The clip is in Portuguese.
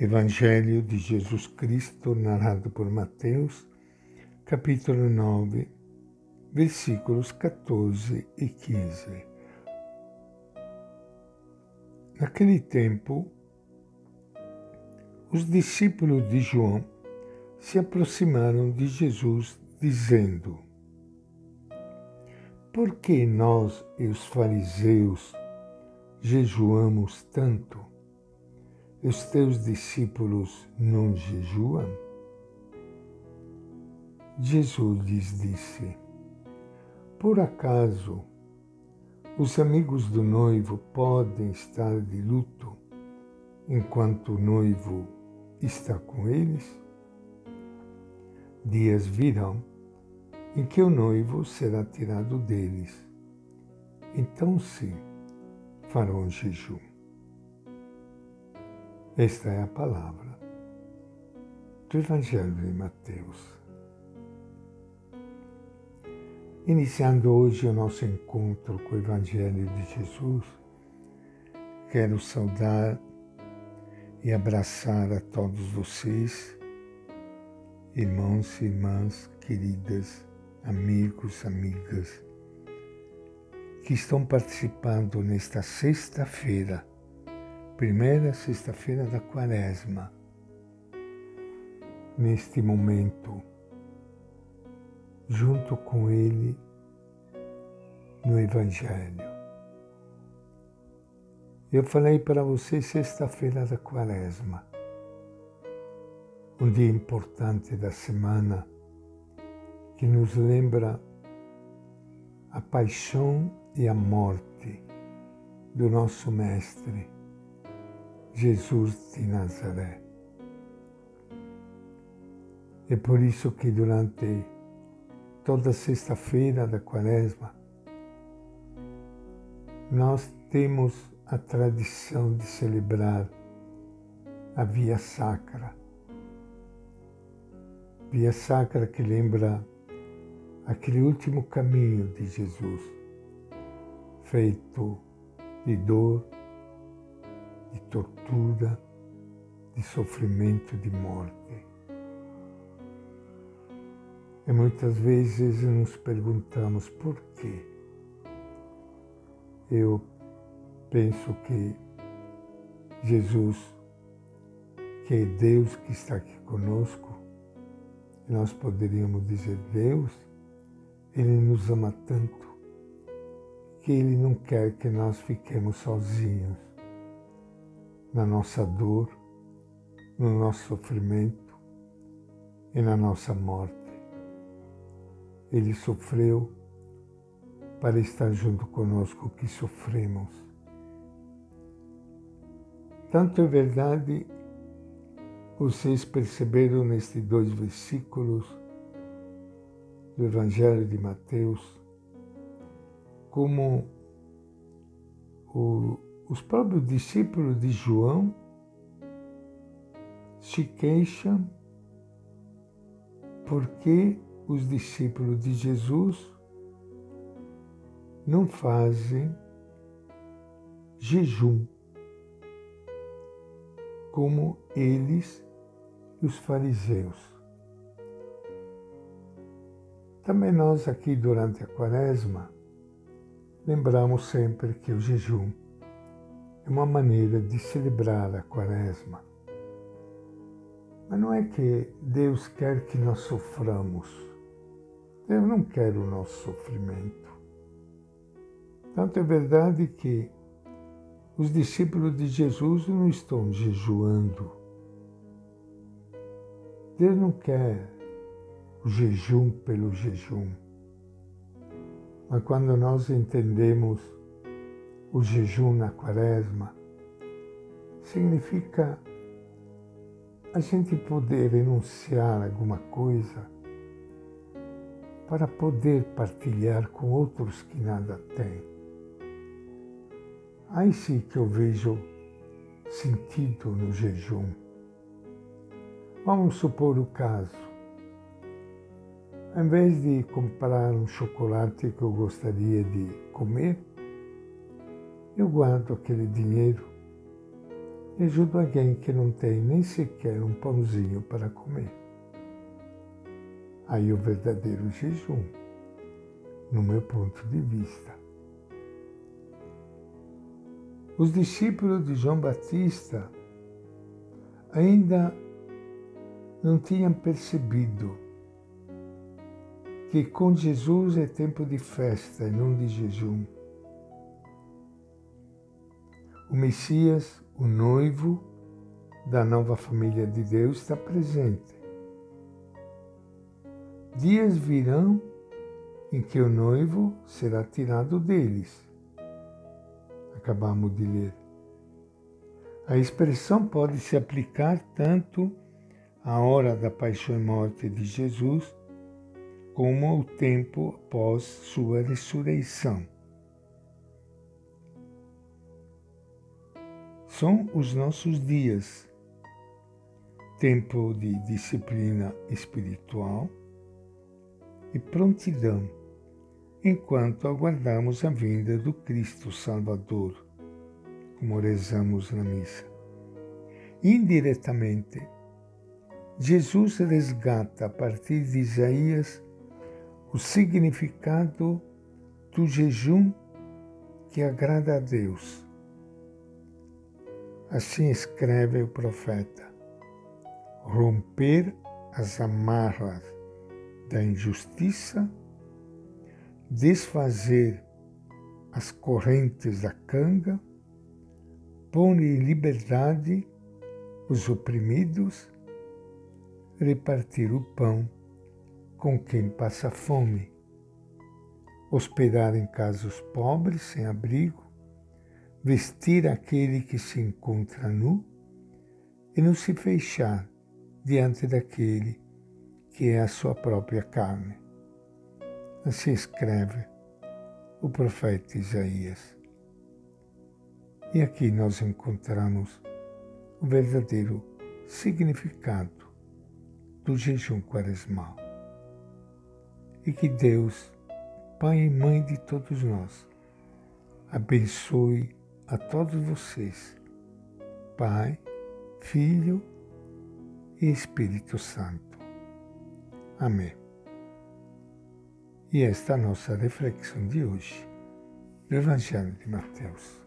Evangelho de Jesus Cristo, narrado por Mateus, capítulo 9, versículos 14 e 15. Naquele tempo, os discípulos de João se aproximaram de Jesus, dizendo: Por que nós e os fariseus jejuamos tanto? Os teus discípulos não jejuam? Jesus lhes disse: Por acaso os amigos do noivo podem estar de luto enquanto o noivo está com eles? Dias virão em que o noivo será tirado deles. Então sim, farão jejum. Esta é a palavra do Evangelho de Mateus. Iniciando hoje o nosso encontro com o Evangelho de Jesus, quero saudar e abraçar a todos vocês, irmãos e irmãs queridas, amigos, amigas, que estão participando nesta sexta-feira, primeira sexta-feira da Quaresma, neste momento, junto com Ele no Evangelho. Eu falei para vocês sexta-feira da Quaresma, um dia importante da semana que nos lembra a paixão e a morte do nosso Mestre, Jesus de Nazaré. É por isso que durante toda sexta-feira da Quaresma nós temos a tradição de celebrar a Via Sacra. Via Sacra que lembra aquele último caminho de Jesus, feito de dor, de tortura, de sofrimento, de morte. E muitas vezes nos perguntamos por quê. Eu penso que Jesus, que é Deus que está aqui conosco, nós poderíamos dizer Deus, Ele nos ama tanto que Ele não quer que nós fiquemos sozinhos na nossa dor, no nosso sofrimento e na nossa morte. Ele sofreu para estar junto conosco que sofremos. Tanto é verdade, vocês perceberam nestes dois versículos do Evangelho de Mateus, como os próprios discípulos de João se queixam porque os discípulos de Jesus não fazem jejum como eles e os fariseus. Também nós aqui durante a Quaresma lembramos sempre que o jejum é uma maneira de celebrar a Quaresma. Mas não é que Deus quer que nós soframos. Deus não quer o nosso sofrimento. Tanto é verdade que os discípulos de Jesus não estão jejuando. Deus não quer o jejum pelo jejum. Mas quando nós entendemos o jejum na Quaresma, significa a gente poder renunciar a alguma coisa para poder partilhar com outros que nada têm. Aí sim que eu vejo sentido no jejum. Vamos supor o caso. Ao invés de comprar um chocolate que eu gostaria de comer, eu guardo aquele dinheiro e ajudo alguém que não tem nem sequer um pãozinho para comer. Aí o verdadeiro jejum, no meu ponto de vista. Os discípulos de João Batista ainda não tinham percebido que com Jesus é tempo de festa e não de jejum. O Messias, o noivo da nova família de Deus, está presente. Dias virão em que o noivo será tirado deles. Acabamos de ler. A expressão pode se aplicar tanto à hora da paixão e morte de Jesus, como ao tempo após sua ressurreição. São os nossos dias, tempo de disciplina espiritual e prontidão, enquanto aguardamos a vinda do Cristo Salvador, como rezamos na missa. Indiretamente, Jesus resgata a partir de Isaías o significado do jejum que agrada a Deus. Assim escreve o profeta: romper as amarras da injustiça, desfazer as correntes da canga, pôr em liberdade os oprimidos, repartir o pão com quem passa fome, hospedar em casa os pobres sem abrigo, vestir aquele que se encontra nu e não se fechar diante daquele que é a sua própria carne. Assim escreve o profeta Isaías. E aqui nós encontramos o verdadeiro significado do jejum quaresmal. E que Deus, Pai e Mãe de todos nós, abençoe a todos vocês, Pai, Filho e Espírito Santo. Amém. E esta é a nossa reflexão de hoje, do Evangelho de Mateus.